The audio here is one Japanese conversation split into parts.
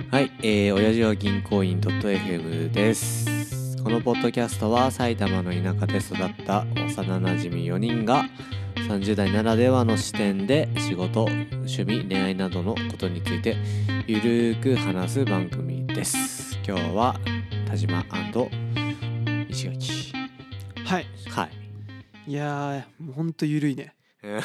はい、親父は銀行員 .fm です。このポッドキャストは埼玉の田舎で育った幼なじみ4人が30代ならではの視点で仕事、趣味、恋愛などのことについてゆるーく話す番組です。今日は田島&石垣。 はい。 はい。 いやー、もうほんとゆるいね。 何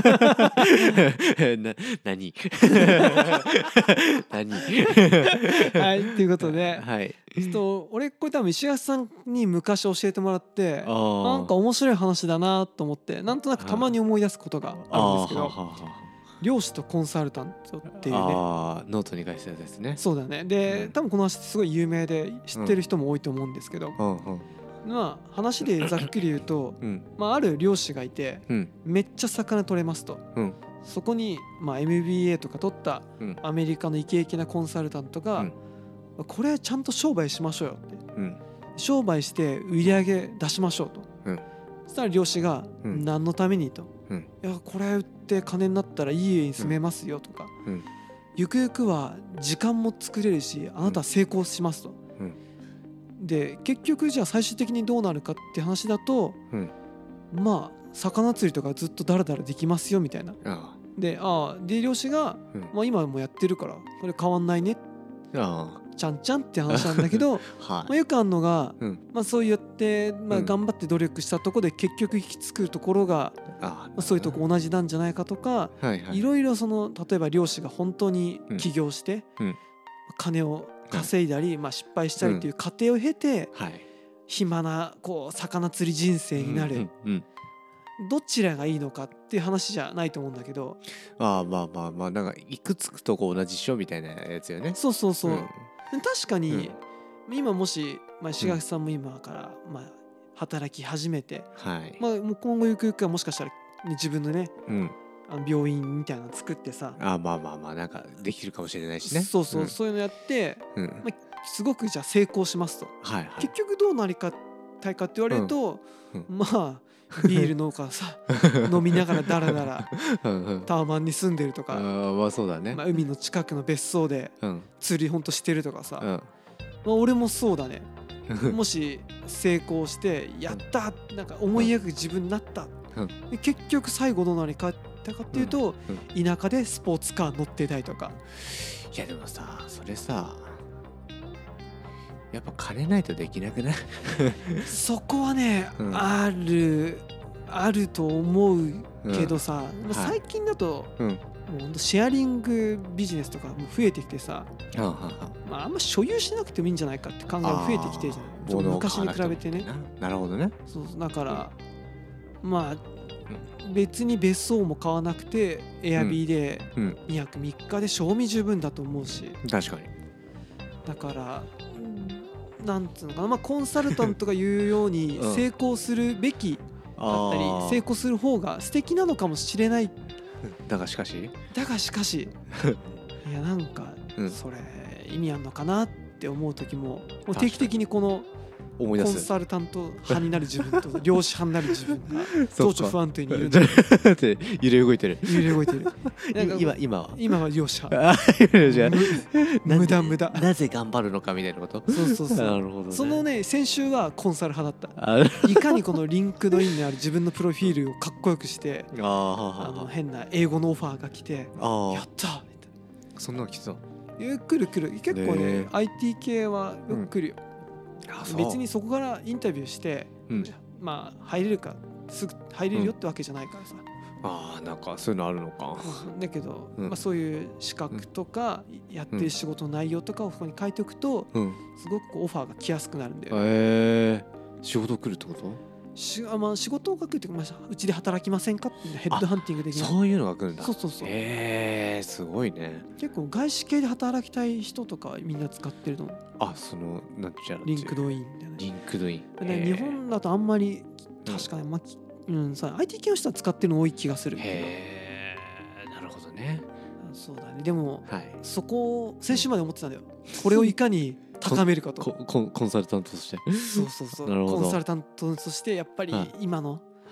はい、ということで、 はい、 ちょっと俺これ多分石橋さんに昔教えてもらってなんあか面白い話だなと思ってなんとなくたまに思い出すことがあるんですけど、漁師とコンサルタントっていうね、 ノートに書いてたやつですね。 そうだね。で、多分この話すごい有名で知ってる人も多いと思うんですけど、まあ話でざっくり言うと、まあある漁師がいて、めっちゃ魚取れますと。そこにまあ MBA とか取ったアメリカのイケイケなコンサルタントが、これちゃんと商売しましょうよって、商売して売り上げ出しましょうと、そしたら漁師が何のためにと、いやこれ売って金になったらいい家に住めますよとか、ゆくゆくは時間も作れるしあなたは成功しますと、で結局じゃあ最終的にどうなるかって話だと、まあ魚釣りとかずっとダラダラできますよみたいな。で漁師が、まあ、今もやってるからそれ変わんないね、ちゃんちゃんって話なんだけど、まあ、よくあるのが、まあ、そうやって、まあ、頑張って努力したところで結局行き着くところが、まあ、そういうとこ同じなんじゃないかとか、いろいろその例えば漁師が本当に起業して、金を稼いだり、まあ、失敗したりっていう過程を経て、暇なこう魚釣り人生になる、どちらがいいのかっていう話じゃないと思うんだけど、 まあなんかいくつくとこ同じっしょみたいなやつよね。 そう、確かに、今もし、まあ、石垣さんも今から、まあ、働き始めて、まあ、もう今後ゆくゆくはもしかしたら自分のね、病院みたいなの作ってさ、 まあなんかできるかもしれないしね。 そういうのやって、まあ、すごくじゃあ成功しますと、結局どうなりたいかって言われると、まあビール農家さ飲みながらダラダラタワマンに住んでるとか、 まあそうだね、 まあ、海の近くの別荘で釣りほんとしてるとかさ、まあ、俺もそうだねもし成功してやったなんか思い描く自分になった、で結局最後どうなりかっていうと、田舎でスポーツカー乗ってたりとか。 いやでもさそれさやっぱ金ないとできなくないそこはね、あると思うけどさ、最近だと、もうほんとシェアリングビジネスとかも増えてきてさ、まあ、あんま所有しなくてもいいんじゃないかって考えが増えてきてるじゃない、昔に比べてね。 なるほどね。 そうだから、まあ別に別荘も買わなくてエアビーで2泊3日で賞味十分だと思うし、 確かに。 だからなんつうのかな、まあ、コンサルタントが言うように成功するべきだったり、成功する方が素敵なのかもしれない。 だがしかしいやなんかそれ意味あんのかなって思う時も定期的にこのコンサルタント派になる自分と漁師派になる自分が情緒不安定にいるんだ揺れ動いてる今は漁師派無駄なぜ頑張るのかみたいなこと。 そうなるほどね。そのね先週はコンサル派だった。いかにこのリンクドインにある自分のプロフィールをかっこよくして変な英語のオファーが来てやったみたいな。 そんなの来た。 来る結構ね IT 系はよく来るよ。別にそこからインタビューして、まあ入れるかすぐ入れるよってわけじゃないからさ、 なんかそういうのあるのか。 だけど、まあ、そういう資格とかやってる仕事の内容とかをそこに書いておくと、すごくこうオファーが来やすくなるんだよ。 仕事来るってこと？ まあ、仕事を書くっていうか、うちで働きませんかってヘッドハンティングできる。 そういうのが来るんだ。 そうすごいね。 結構外資系で働きたい人とかみんな使ってるの。 そのなんちゃらリンクドインみたいな。 リンクドイン、 日本だとあんまり確かに、IT 系の人は使ってるの多い気がする。 なるほどね。 そうだね。でも、そこを先週まで思ってたんだよ。これをいかに高めるかと。 コンサルタントとして。 そうコンサルタントとしてやっぱり今の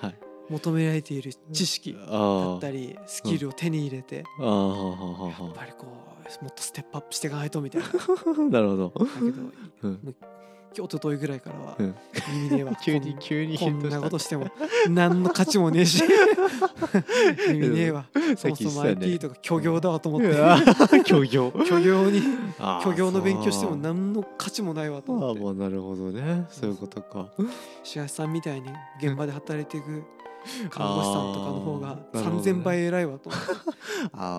求められている知識だったりスキルを手に入れて、やっぱりこうもっとステップアップしていかないとみたいななるほど。 だけど、一昨日ぐらいからは、耳ねえわ急にこんなことしても何の価値もねえし耳ねえわそもそも IT とか虚業だわと思って虚業の勉強しても何の価値もないわと思って。 なるほどね、そういうことか。 白石さんみたいに現場で働いていく看護師さんとかの方が3000倍偉いわと思って。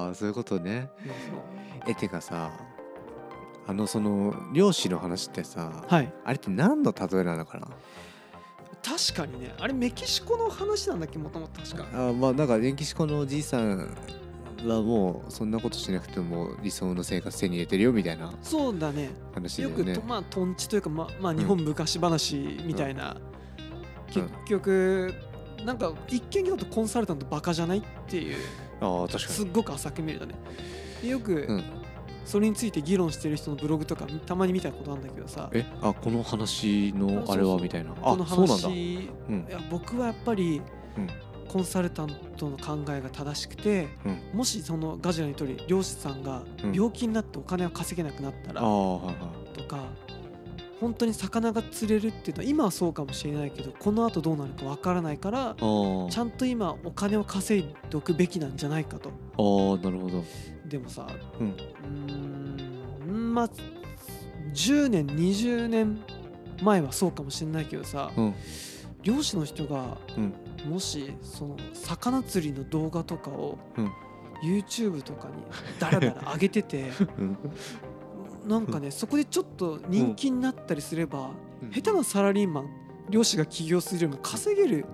そういうことね。てかさ、その漁師の話ってさ、あれって何の例えなのかな。 確かにね、あれメキシコの話なんだっけ、もともと確か。 なんかメキシコのおじいさんはもうそんなことしなくても理想の生活手に入れてるよみたいな。 そうだね。 話だよね。 よくトンチというか日本昔話みたいな、結局なんか一見だとコンサルタントバカじゃないっていう。 確かに。 すっごく浅く見るとね。よく、それについて議論してる人のブログとかたまに見たことあるんだけどさ、 この話のあれはみたいな。 この話、いや僕はやっぱり、コンサルタントの考えが正しくて、もしそのガジラの通り漁師さんが病気になってお金を稼げなくなったら、とか本当に魚が釣れるっていうのは今はそうかもしれないけど、この後どうなるかわからないから、ちゃんと今お金を稼いでおくべきなんじゃないかと。 なるほど。 でもさ、10年20年前はそうかもしれないけどさ、漁師の人が、もしその魚釣りの動画とかを、YouTube とかにダラダラ上げてて、なんかね、そこでちょっと人気になったりすれば、下手なサラリーマン漁師が起業するよりも稼げる、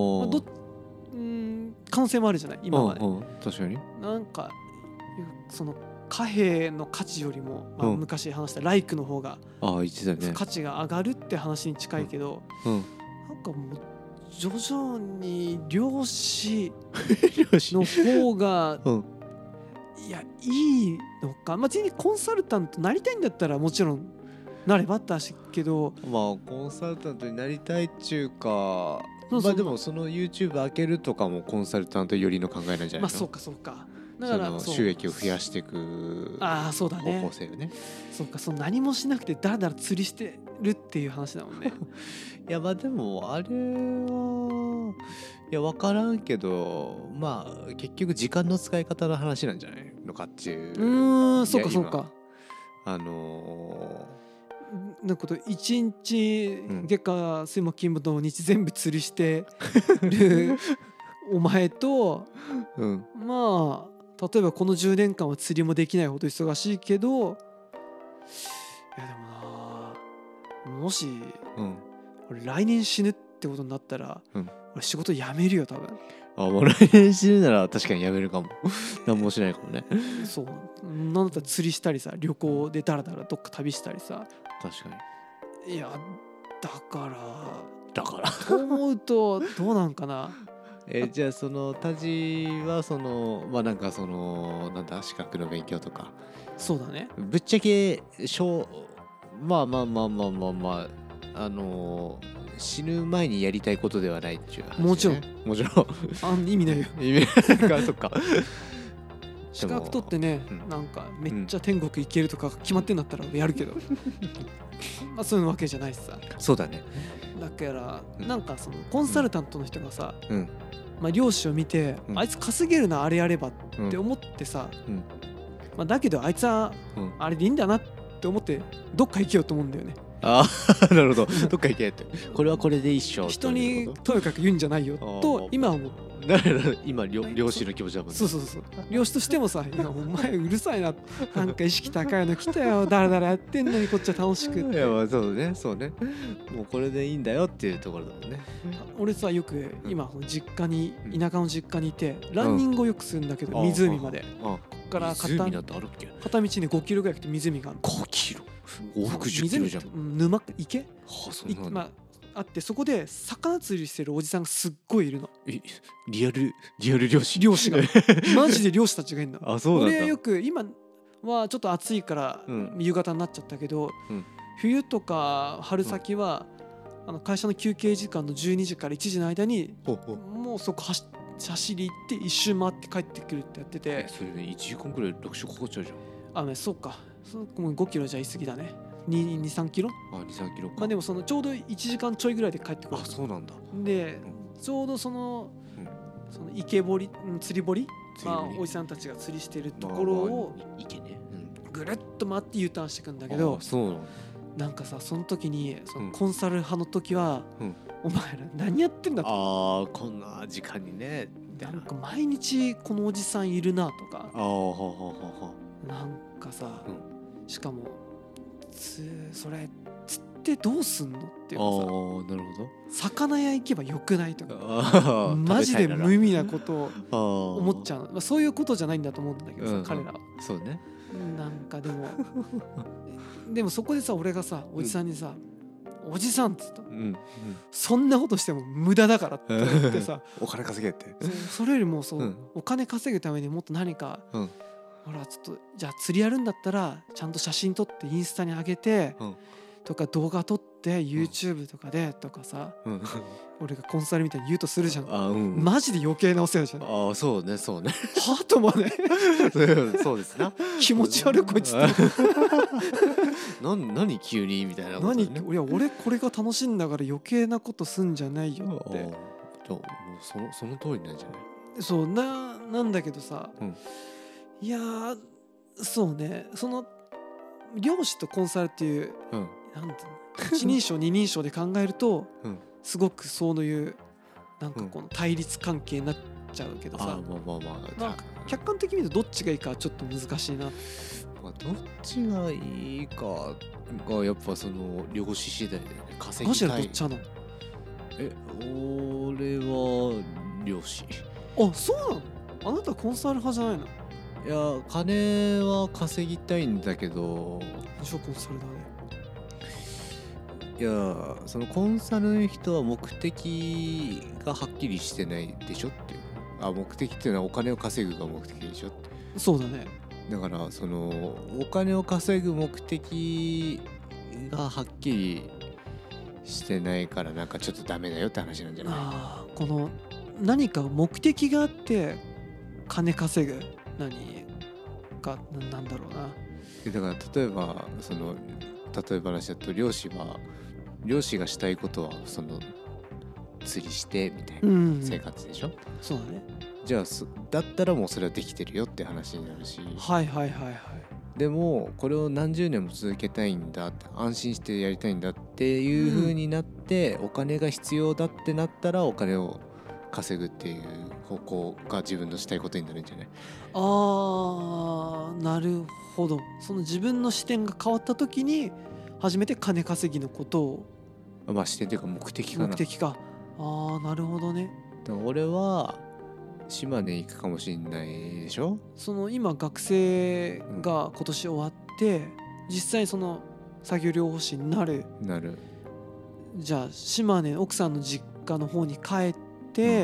可能性もあるじゃない今まで。 確かに。 なんかその貨幣の価値よりも、昔話したライクの方が価値が上がるって話に近いけど、なんかもう徐々に漁師の方がいやいいのか。別にコンサルタントなりたいんだったらもちろんなればって話けど、 コンサルタントになりたいっちゅうか、でもその YouTube 開けるとかもコンサルタント寄りの考えなんじゃないの。 そうかだから収益を増やしていく方向性よね。 そうか、何もしなくてだらだら釣りしてるっていう話だもんね。 いやでもあれはいや分からんけど、結局時間の使い方の話なんじゃないのかっていう。 そうか。なんか一日月火水木金土日全部釣りしてるお前と、例えばこの10年間は釣りもできないほど忙しいけど、いやでもな、もし、俺来年死ぬってことになったら、俺仕事辞めるよ多分。 もう来年死ぬなら確かに辞めるかも。何もしないかもね。 そうなんだったら釣りしたりさ、旅行でダラダラどっか旅したりさ。 確かに。いやだからと思うとどうなんかな。 じゃあそのタジはそのなんかその資格の勉強とか。 そうだね。 ぶっちゃけ死ぬ前にやりたいことではないっていう話、ね。もちろん。意味ないよ。そっか。 資格取ってね、なんかめっちゃ天国行けるとか決まってんだったらやるけど、そういうわけじゃないしさ。 そうだね。 だからなんかそのコンサルタントの人がさ、漁師を見て、あいつ稼げるなあれやればって思ってさ、だけどあいつはあれでいいんだなって思ってどっか行けようと思うんだよね。 なるほど。どっか行けって。これはこれで一緒。 人にとにかく言うんじゃないよと今は思う。 今漁師の気持ちだもんね。 そう漁師としてもさ、いやお前うるさいな、なんか意識高いの来たよ、だらだらやってんのにこっちは楽しくって。 いやそうね。もうこれでいいんだよっていうところだもんね。 俺さ、よく今田舎の実家にいてランニングをよくするんだけど、湖までこっから片道ね5キロぐらい来て湖がある。 5キロ往復10キロじゃん。 沼池あって、そこで魚釣りしてるおじさんがすっごいいるの。 リアル漁師がマジで漁師たちがいるの。 そうなんだ。 俺よく今はちょっと暑いから夕方になっちゃったけど、冬とか春先は会社の休憩時間の12時から1時の間にもうそこ走り行って一周回って帰ってくるってやってて、 それね1時間くらい6周かかっちゃうじゃん。 ね、そうか、もう5キロじゃ言い過ぎだね。2、3キロ。 2、3キロか。 まあでもそのちょうど1時間ちょいぐらいで帰ってくる。 そうなんだ。 で、ちょうどその池堀、釣り堀、おじさんたちが釣りしてるところをぐるっと回って U ターンしていくんだけど、なんかさ、その時にそのコンサル派の時は、お前ら何やってんだと。 こんな時間にね。 なんか毎日このおじさんいるなとか。なんかさ、しかもそれ釣ってどうすんのっていうかさ、 なるほど、 魚屋行けばよくないとかマジで無意味なことを思っちゃう。そういうことじゃないんだと思うんだけどさ、彼らは。 そうね。なんかでもそこでさ、俺がさおじさんにさ、おじさんっつった、そんなことしても無駄だからって言ってさお金稼げって。 それよりもお金稼ぐためにもっと何か、ほらちょっとじゃあ釣りやるんだったらちゃんと写真撮ってインスタに上げて、とか動画撮って YouTube とかでとかさ、俺がコンサルみたいに言うとするじゃん。マジで余計なお世話じゃん。 そうね。 ハートもねそうですな。 気持ち悪いこいつって何急にみたいなことね。 俺これが楽しいんだから余計なことすんじゃないよって。 その通りなんじゃない。 そうなんだけどさ、いやそうね、その漁師とコンサルっていう、なんていうの、一人称二人称で考えると、すごくそういうなんかこの対立関係になっちゃうけどさ、客観的に見るとどっちがいいかちょっと難しいな。 どっちがいいかがやっぱその漁師次第でね、稼ぎたい。 マジでどっちなの？ 俺は漁師。 そうなの？あなたコンサル派じゃないの？ いや、金は稼ぎたいんだけど。 コンサルだね。 いや、そのコンサルの人は目的がはっきりしてないでしょっていう。目的っていうのはお金を稼ぐが目的でしょって。 そうだね。 だからそのお金を稼ぐ目的がはっきりしてないから、なんかちょっとダメだよって話なんじゃない？ この何か目的があって金稼ぐなんだろうな。 だから例えばその例え話だと、漁師がしたいことはその釣りしてみたいな生活でしょ。 そうだね。 じゃあだったらもうそれはできてるよって話になるし、でもこれを何十年も続けたいんだって、安心してやりたいんだっていう風になって、お金が必要だってなったらお金を稼ぐっていう方向が自分のしたいことになるんじゃない？ なるほど。その自分の視点が変わった時に初めて金稼ぎのことを、 視点というか目的かな。 なるほどね。 だから俺は島根行くかもしれないでしょ。 その今学生が今年終わって、実際その作業療法士になる。じゃあ島根奥さんの実家の方に帰って、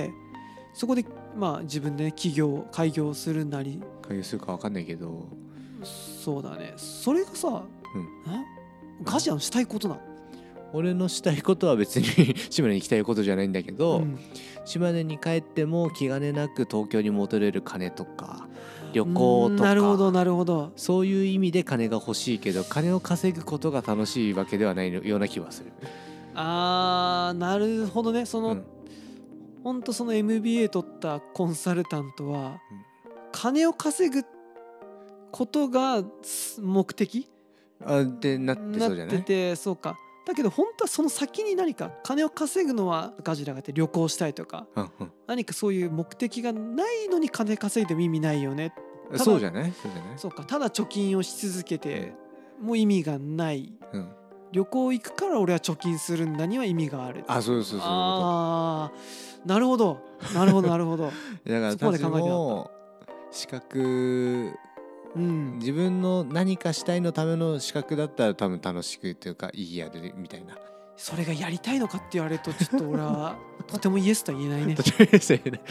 そこで自分で開業するなり。 開業するか分かんないけど。 そうだね。それがさ、ガジアのしたいことなの？ 俺のしたいことは別に島根に行きたいことじゃないんだけど、島根に帰っても気兼ねなく東京に戻れる金とか旅行とか、 なるほど。 そういう意味で金が欲しいけど、金を稼ぐことが楽しいわけではないような気はする。 なるほどね。その、本当その MBA 取ったコンサルタントは、金を稼ぐことが目的ってなってそうじゃない？ なってて、そうか。だけど本当はその先に何か金を稼ぐのはガジラがやって旅行したいとか、何かそういう目的がないのに金稼いでも意味ないよね。 そうじゃない？ そうか。ただ貯金をし続けてもう意味がない。旅行行くから俺は貯金するんだには意味がある。 そうなるほど。だからそこまで考えてなかった。資格、自分の何かしたいのための資格だったら多分楽しくというかいいやるみたいな。 それがやりたいのかって言われるとちょっと俺はとてもイエスとは言えないね。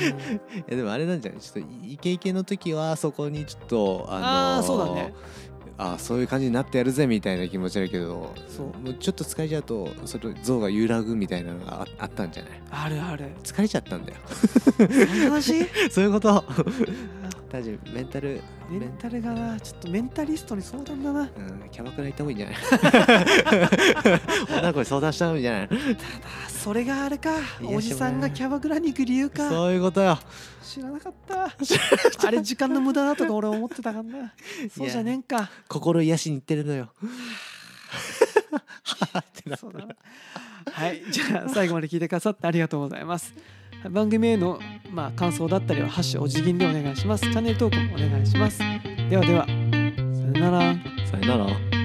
でもあれなんじゃない？ちょっとイケイケの時はそこにちょっとそうだね。 そういう感じになってやるぜみたいな気持ちだけど、 そうもうちょっと疲れちゃうとそれ像が揺らぐみたいなのがあったんじゃない？ あるある。 疲れちゃったんだよ。 そんな話？ そういうこと。大丈夫。メンタルがな、ちょっとメンタリストに相談だな。 キャバクラ行った方がいいんじゃない？女の子に相談した方がいいんじゃない？ ただそれがあれか、おじさんがキャバクラに行く理由か。 そういうことよ。 知らなかった。あれ時間の無駄だとか俺思ってたからな。そうじゃねえんか。 心癒しに行ってるのよ。 そうだな。はい、じゃあ最後まで聞いてくださってありがとうございます。番組への感想だったりはハッシュお辞儀でお願いします。チャンネル登録もお願いします。ではでは、さよなら。 さよなら。